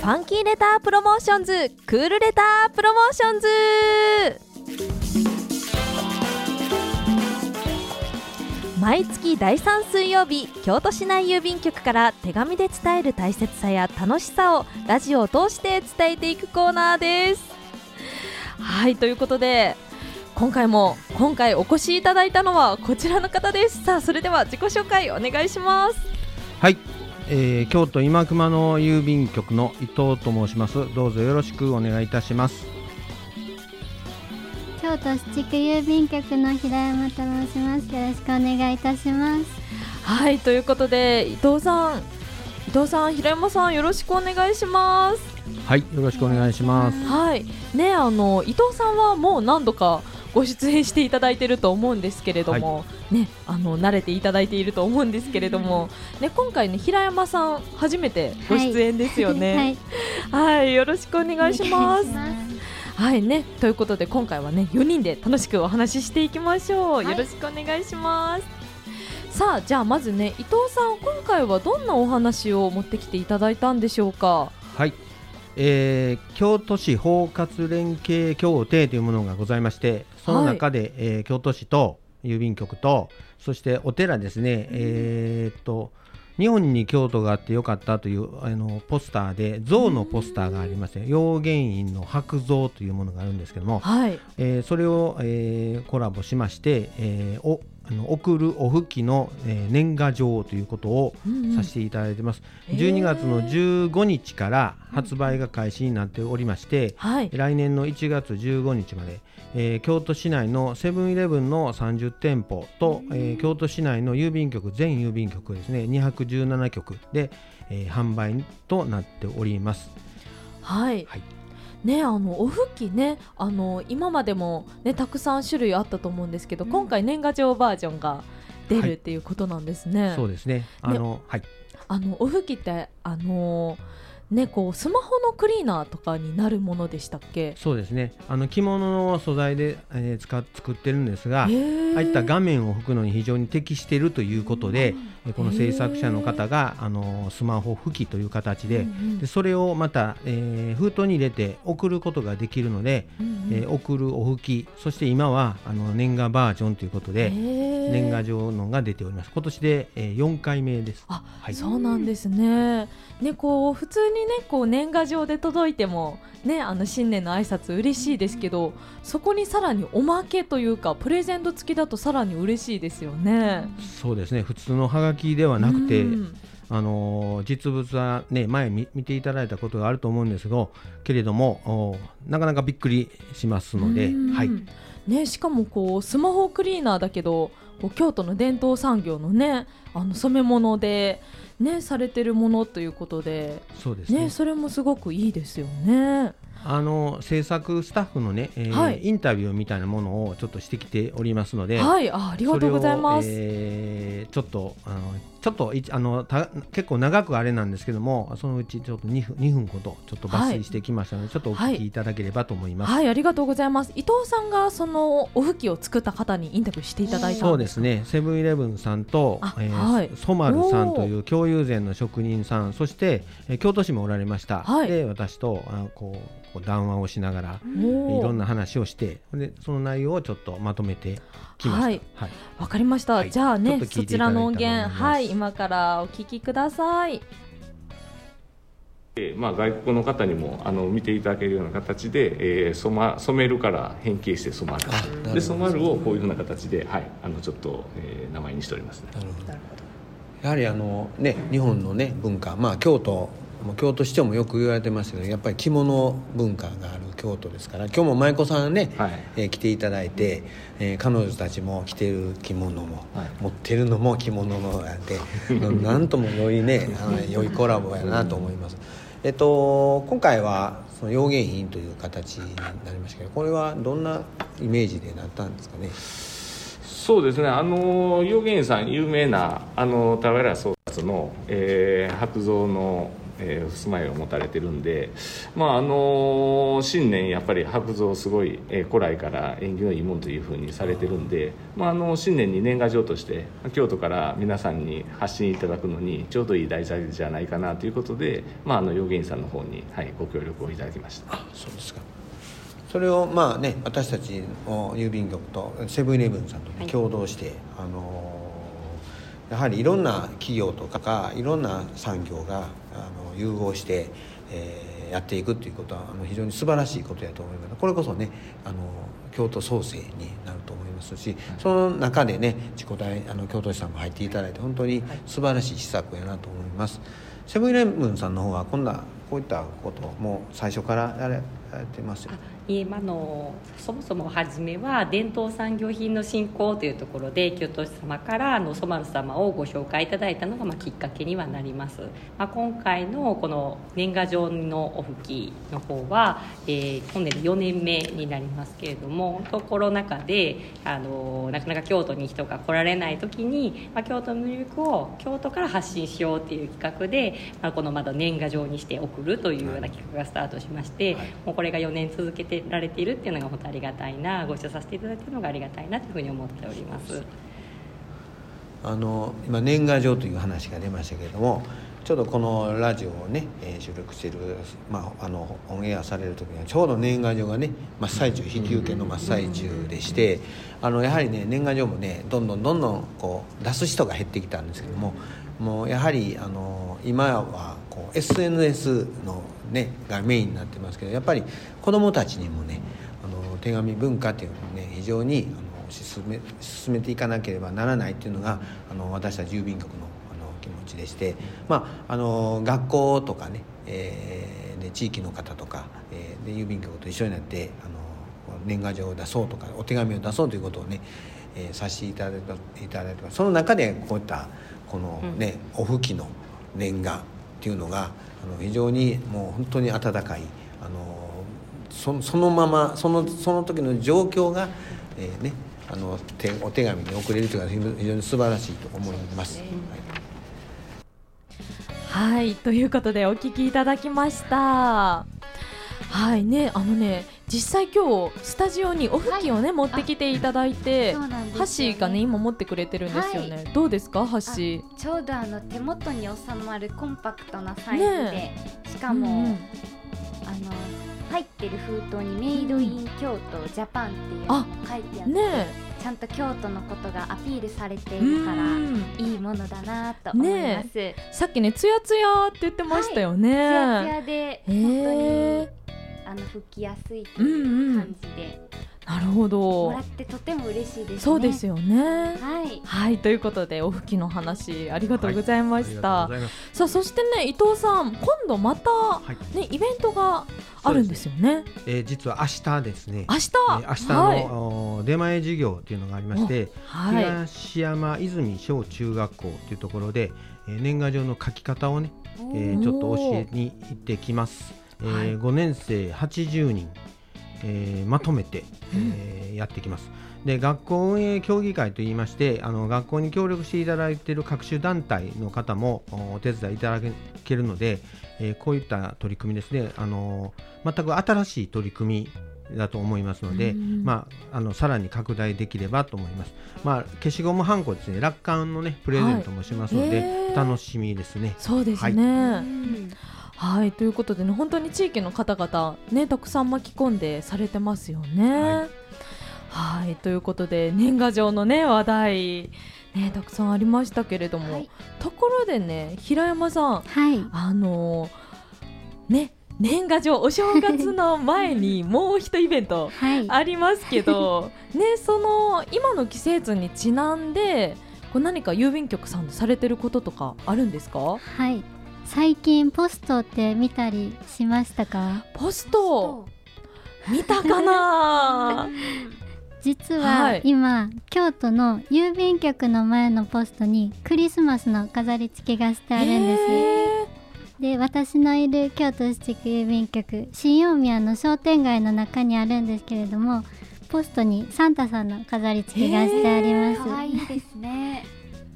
ファンキーレタープロモーションズ、クールレタープロモーションズ。毎月第3水曜日、京都市内郵便局から手紙で伝える大切さや楽しさをラジオを通して伝えていくコーナーです。はい、ということで今回お越しいただいたのはこちらの方です。さあ、それでは自己紹介お願いします。 はい、京都今熊の郵便局の伊藤と申します。どうぞよろしくお願いいたします。 京都市地区郵便局の平山と申します。よろしくお願いいたします。 はい、ということで伊藤さん、平山さん、よろしくお願いします。 はい、よろしくお願いします。 はいね、伊藤さんはもう何度かご出演していただいていると思うんですけれども、ね、慣れていただいていると思うんですけれども、ね、今回ね、平山さん初めてご出演ですよね。はい、よろしくお願いします。はいね、ということで今回はね、4人で楽しくお話ししていきましょう。よろしくお願いします。さあ、じゃあまずね、伊藤さん、今回はどんなお話を持ってきていただいたんでしょうか。 はい、京都市包括連携協定というものがございまして、その中で、京都市と郵便局とそしてお寺ですね、日本に京都があってよかったというポスターで像のポスターがありまして、陽元院の白像というものがあるんですけども、それを、コラボしまして、送るお吹きの、年賀状ということをさせていただいてます。12月の15日から発売が開始になっておりまして、来年の1月15日まで、京都市内のセブンイレブンの30店舗と、京都市内の郵便局全郵便局ですね、217局で、販売となっております。 ね、お吹きね、今までも、ね、たくさん種類あったと思うんですけど、今回年賀状バージョンが出るっていうことなんですね。 そうですね。 お吹きってね、こうスマホのクリーナーとかになるものでしたっけ。 そうですね、着物の素材で、作ってるんですが、ああいった画面を拭くのに非常に適しているということで、この制作者の方がスマホ拭きという形で、それをまた、封筒に入れて送ることができるので、送るお拭き、そして今は年賀バージョンということで、年賀状のが出ております。今年で、4回目です。 そうなんですね。こう普通にね、こう年賀状で届いてもね、新年の挨拶嬉しいですけど、そこにさらにおまけというかプレゼント付きだとさらに嬉しいですよね。 そうですね、普通のハガキではなくて、実物はね、前見ていただいたことがあると思うんですけれども、なかなかびっくりしますので、 ね、しかもこうスマホクリーナーだけど、こう京都の伝統産業のね、染め物でね、されてるものということで、 そうですね、 それもすごくいいですよね。 制作スタッフのね、インタビューみたいなものをちょっとしてきておりますので、 ありがとうございます。 ちょっと結構長くあれなんですけども、そのうちちょっと2分ほどちょっと抜粋してきましたので、ちょっとお聞きいただければと思います。 ありがとうございます。伊藤さんがそのお吹きを作った方にインタビューしていただいたんですか。 そうですね、セブンイレブンさんと、ソマルさんという京友禅の職人さん、そして、京都市もおられました。で、私とこう談話をしながらいろんな話をして、でその内容をちょっとまとめてきました。 わかりました。じゃあね、そちらの音源、今からお聞きください。 外国の方にも見ていただけるような形で、染めるから変形して染まるで、染まるをこういうふうな形で、ちょっと、名前にしておりますね。 やはり日本のね文化、京都市長もよく言われてますけど、やっぱり着物文化がある京都ですから、今日も舞妓さんね、来ていただいて、彼女たちも着てる着物も、持ってるのも着物のやってなんとも良いね良いコラボやなと思います。今回はその陽元品という形になりましたけど、これはどんなイメージでなったんですかね。 そうですね、陽元院さん有名な俵宗達の、白造の住まいを持たれてるんで、新年やっぱり白蔵すごい、古来から縁起のいいもんというふうにされてるんで、新年に年賀状として京都から皆さんに発信いただくのにちょうどいい題材じゃないかなということで、用芸員さんの方に、ご協力をいただきました。 そうですか。それを私たちの郵便局とセブンイレブンさんと共同して、やはりいろんな企業とかいろんな産業が融合して、やっていくということは非常に素晴らしいことだと思います。これこそね京都創生になると思いますし、その中でね自己大京都市さんも入っていただいて本当に素晴らしい施策やなと思います。セブンイレブンさんの方はこういったことも最初からやられてますよね。 そもそも初めは伝統産業品の振興というところで京都市様からソマル様をご紹介いただいたのがきっかけにはなります。今回のこの年賀状のお付きの方は、今年で4年目になりますけれども、コロナ禍でなかなか京都に人が来られない時に、京都の魅力を京都から発信しようという企画で、このまだ年賀状にして送るというような企画がスタートしまして、もうこれが4年続けてられているっていうのが本当ありがたいな、ご一緒させていただいているのがありがたいなというふうに思っております。 今年賀状という話が出ましたけれども、ちょうどこのラジオをね、収録している、オンエアされる時にはちょうど年賀状がね真っ最中、引き受けの真っ最中でして、やはりね年賀状もねどんどんこう出す人が減ってきたんですけども、もうやはり今はこう SNS のねがメインになってますけど、やっぱり子どもたちにもね手紙文化っていうのをね非常に進めていかなければならないっていうのが私たち郵便局の気持ちでして、学校とかね、で地域の方とか、で郵便局と一緒になって年賀状を出そうとかお手紙を出そうということをね、させていただいてます。その中でこういったこのね、お付きの年賀っていうのが非常にもう本当に温かいそのままその時の状況が、お手紙に送れるというのは非常に素晴らしいと思います。 はい、ということでお聞きいただきました。はいね、実際今日スタジオにお付きをね、持ってきていただいて、ハッシーがね今持ってくれてるんですよね。どうですかハッシー。 ちょうど手元に収まるコンパクトなサイズで、しかも、入ってる封筒にメイドイン京都ジャパンっていうのが書いてあって、ちゃんと京都のことがアピールされているからいいものだなと思います。 さっきねツヤツヤって言ってましたよね。ツヤツヤで本当に拭きやすいという感じで、 なるほど、 もらってとても嬉しいですね。 そうですよね。 はい、 ということでお付きの話ありがとうございました。さあそしてね伊藤さん、今度また、イベントがあるんですよね。 実は明日ですね。 明日の、出前授業というのがありまして、東山泉小中学校というところで、年賀状の書き方をね、ちょっと教えに行ってきます。5年生80人、まとめて、やってきます。で学校運営協議会といいまして、学校に協力していただいている各種団体の方もお手伝いいただけるので、こういった取り組みですね、全く新しい取り組みだと思いますので、さらに拡大できればと思います。消しゴムはんこですね、落款のねプレゼントもしますので、楽しみですね。 そうですね。はい、ということでね、本当に地域の方々ねたくさん巻き込んでされてますよね。はい、ということで年賀状のね話題ねたくさんありましたけれども、ところでね平山さん、年賀状お正月の前にもう一イベントありますけど、その今の季節にちなんで何か郵便局さんでされてることとかあるんですか？ はい、最近ポストって見たりしましたか？ ポスト見たかな実は今、京都の郵便局の前のポストにクリスマスの飾り付けがしてあるんです。で、私のいる京都市地区郵便局新大宮の商店街の中にあるんですけれども、ポストにサンタさんの飾り付けがしてあります。 可愛いですね。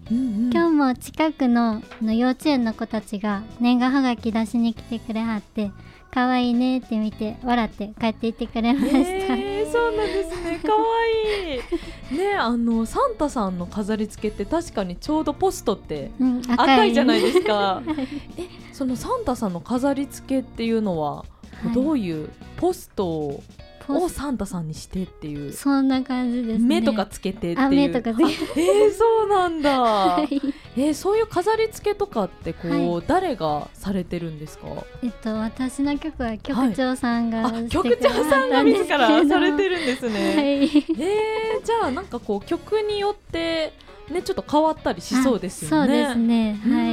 今日も近くの幼稚園の子たちが年賀はがき出しに来てくれはって、可愛いねって見て笑って帰っていってくれました。 そうなんですね。可愛いね。サンタさんの飾り付けって確かにちょうどポストって赤いじゃないですか。そのサンタさんの飾り付けっていうのはどういうポストをサンタさんにしてっていう、 そんな感じですね。 目とかつけてっていう。 目とかつけてそうなんだ。そういう飾り付けとかって誰がされてるんですか？ 私の曲は局長さんが、 局長さんが自らされてるんですね。じゃあなんか曲によってねちょっと変わったりしそうですよね。 そうですね。はい。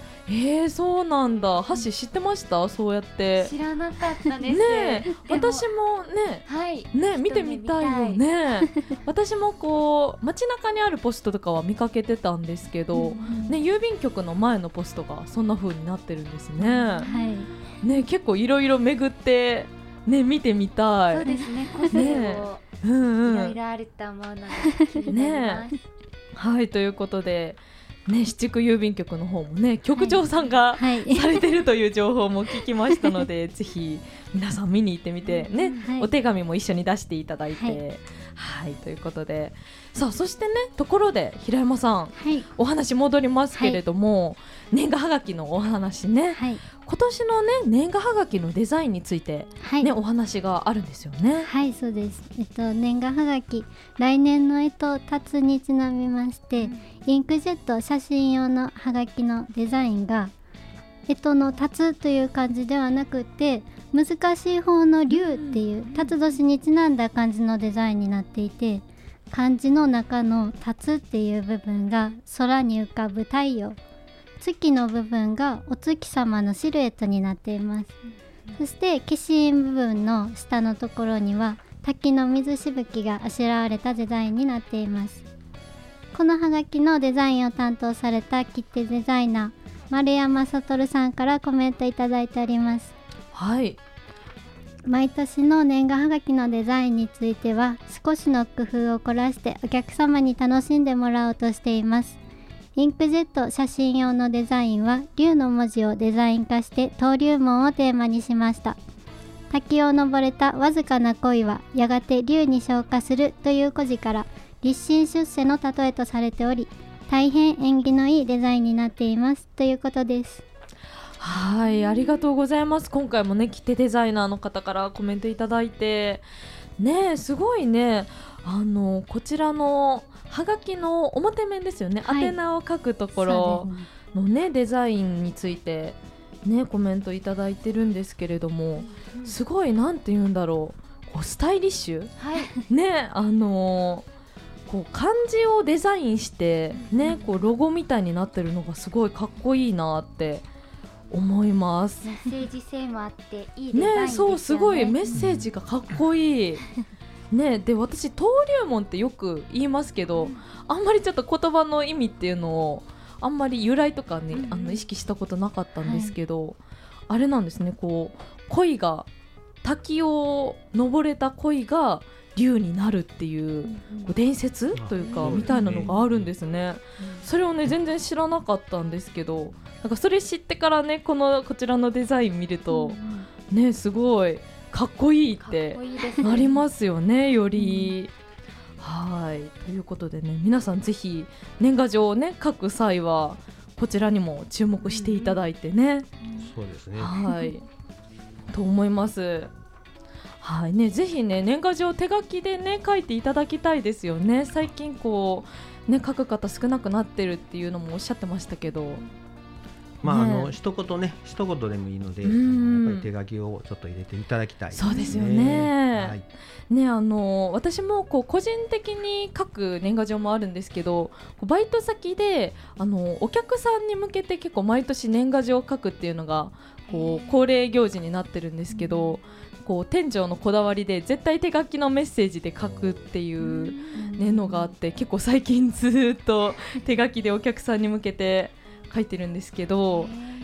そうなんだ。ハッシー知ってました？そうやって知らなかったです。 私もね見てみたいよね。私も街中にあるポストとかは見かけてたんですけど、郵便局の前のポストがそんな風になってるんですね。結構いろいろ巡って見てみたい。 そうですね。個性をいろいろあると思うので気になります。 はい、ということで七区郵便局の方も局長さんがされてるという情報も聞きましたので、ぜひ皆さん見に行ってみてお手紙も一緒に出していただいて、ということで、さあそしてところで平山さん、お話戻りますけれども、年賀はがきのお話今年の年賀はがきのデザインについてお話があるんですよね。 はい、そうです。年賀はがき、来年の辰にちなみまして、インクジェット写真用のはがきのデザインがの辰という漢字ではなくて、難しい方の龍っていう辰年にちなんだ感じのデザインになっていて、漢字の中の辰っていう部分が空に浮かぶ太陽、月の部分がお月様のシルエットになっています。そして消印部分の下のところには滝の水しぶきがあしらわれたデザインになっています。このハガキのデザインを担当された切手デザイナー丸山悟さんからコメントいただいております。 はい。 毎年の年賀はがきのデザインについては少しの工夫を凝らしてお客様に楽しんでもらおうとしています。インクジェット写真用のデザインは龍の文字をデザイン化して登竜門をテーマにしました。滝を登れたわずかな恋はやがて龍に昇華するという故事から立身出世の例えとされており、大変縁起のいいデザインになっていますということです。 はい、ありがとうございます。今回も切手デザイナーの方からコメントいただいてすごいこちらのはがきの表面ですよね、宛名を書くところのデザインについてコメントいただいてるんですけれども、すごいなんて言うんだろう、スタイリッシュ、漢字をデザインしてロゴみたいになってるのがすごいかっこいいなって思います。 メッセージ性もあっていいデザインですよね。 そうすごいメッセージがかっこいいで、私登竜門ってよく言いますけど、あんまりちょっと言葉の意味っていうのをあんまり由来とか意識したことなかったんですけど、あれなんですね、恋が滝を登れた恋が竜になるっていう伝説というかみたいなのがあるんですね。それを全然知らなかったんですけど、なんかそれ知ってからこちらのデザイン見るとすごいかっこいいってなりますよね、より。ということで皆さんぜひ年賀状を書く際はこちらにも注目していただいてそうですね。 と思います。ぜひ年賀状手書きで書いていただきたいですよね。最近書く方少なくなってるっていうのもおっしゃってましたけど、 一言でもいいので、やっぱり手書きをちょっと入れていただきたいですね。 そうですよね。私も個人的に書く年賀状もあるんですけど、バイト先でお客さんに向けて結構毎年年賀状を書くっていうのが恒例行事になってるんですけど、店長のこだわりで絶対手書きのメッセージで書くっていうのがあって、結構最近ずっと手書きでお客さんに向けて書いてるんですけど、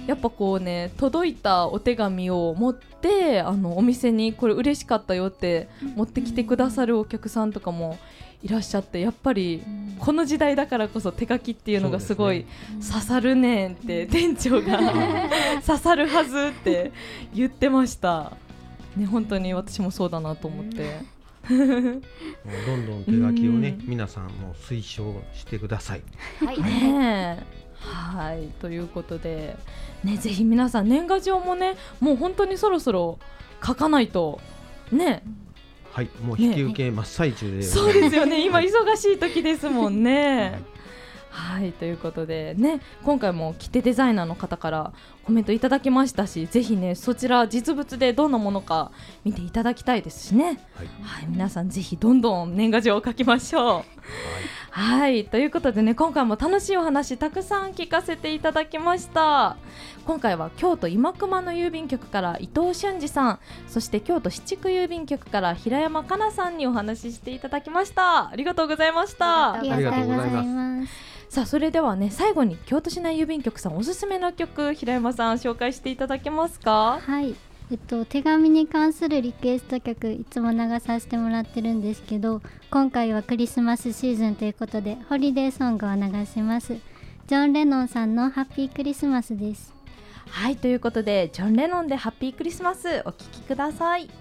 やっぱこうね届いたお手紙を持ってお店にこれ嬉しかったよって持ってきてくださるお客さんとかもいらっしゃって、やっぱりこの時代だからこそ手書きっていうのがすごい刺さるねんって店長が刺さるはずって言ってましたね。本当に私もそうだなと思ってもうどんどん手書きをね皆さんも推奨してください。 はいねはい、ということで、ね、ぜひ皆さん年賀状もねもう本当にそろそろ書かないとね。 はい、もう引き受け真っ最中で、ね、 そうですよね今忙しい時ですもんねはい、ということでね今回も切手デザイナーの方からコメントいただきましたし、ぜひねそちら実物でどんなものか見ていただきたいですしね、はいはい、皆さんぜひどんどん年賀状を書きましょう。はい、ということでね今回も楽しいお話たくさん聞かせていただきました。今回は京都今熊の郵便局から伊藤俊二さん、そして京都七区郵便局から平山かなさんにお話ししていただきました。ありがとうございました。 ありがとうございます。 さあそれではね最後に京都市内郵便局さんおすすめの曲、平山さん紹介していただけますか？ はい、手紙に関するリクエスト曲いつも流させてもらってるんですけど、今回はクリスマスシーズンということでホリデーソングを流します。ジョン・レノンさんのハッピークリスマスです。 はい、ということでジョン・レノンでハッピークリスマスお聴きください。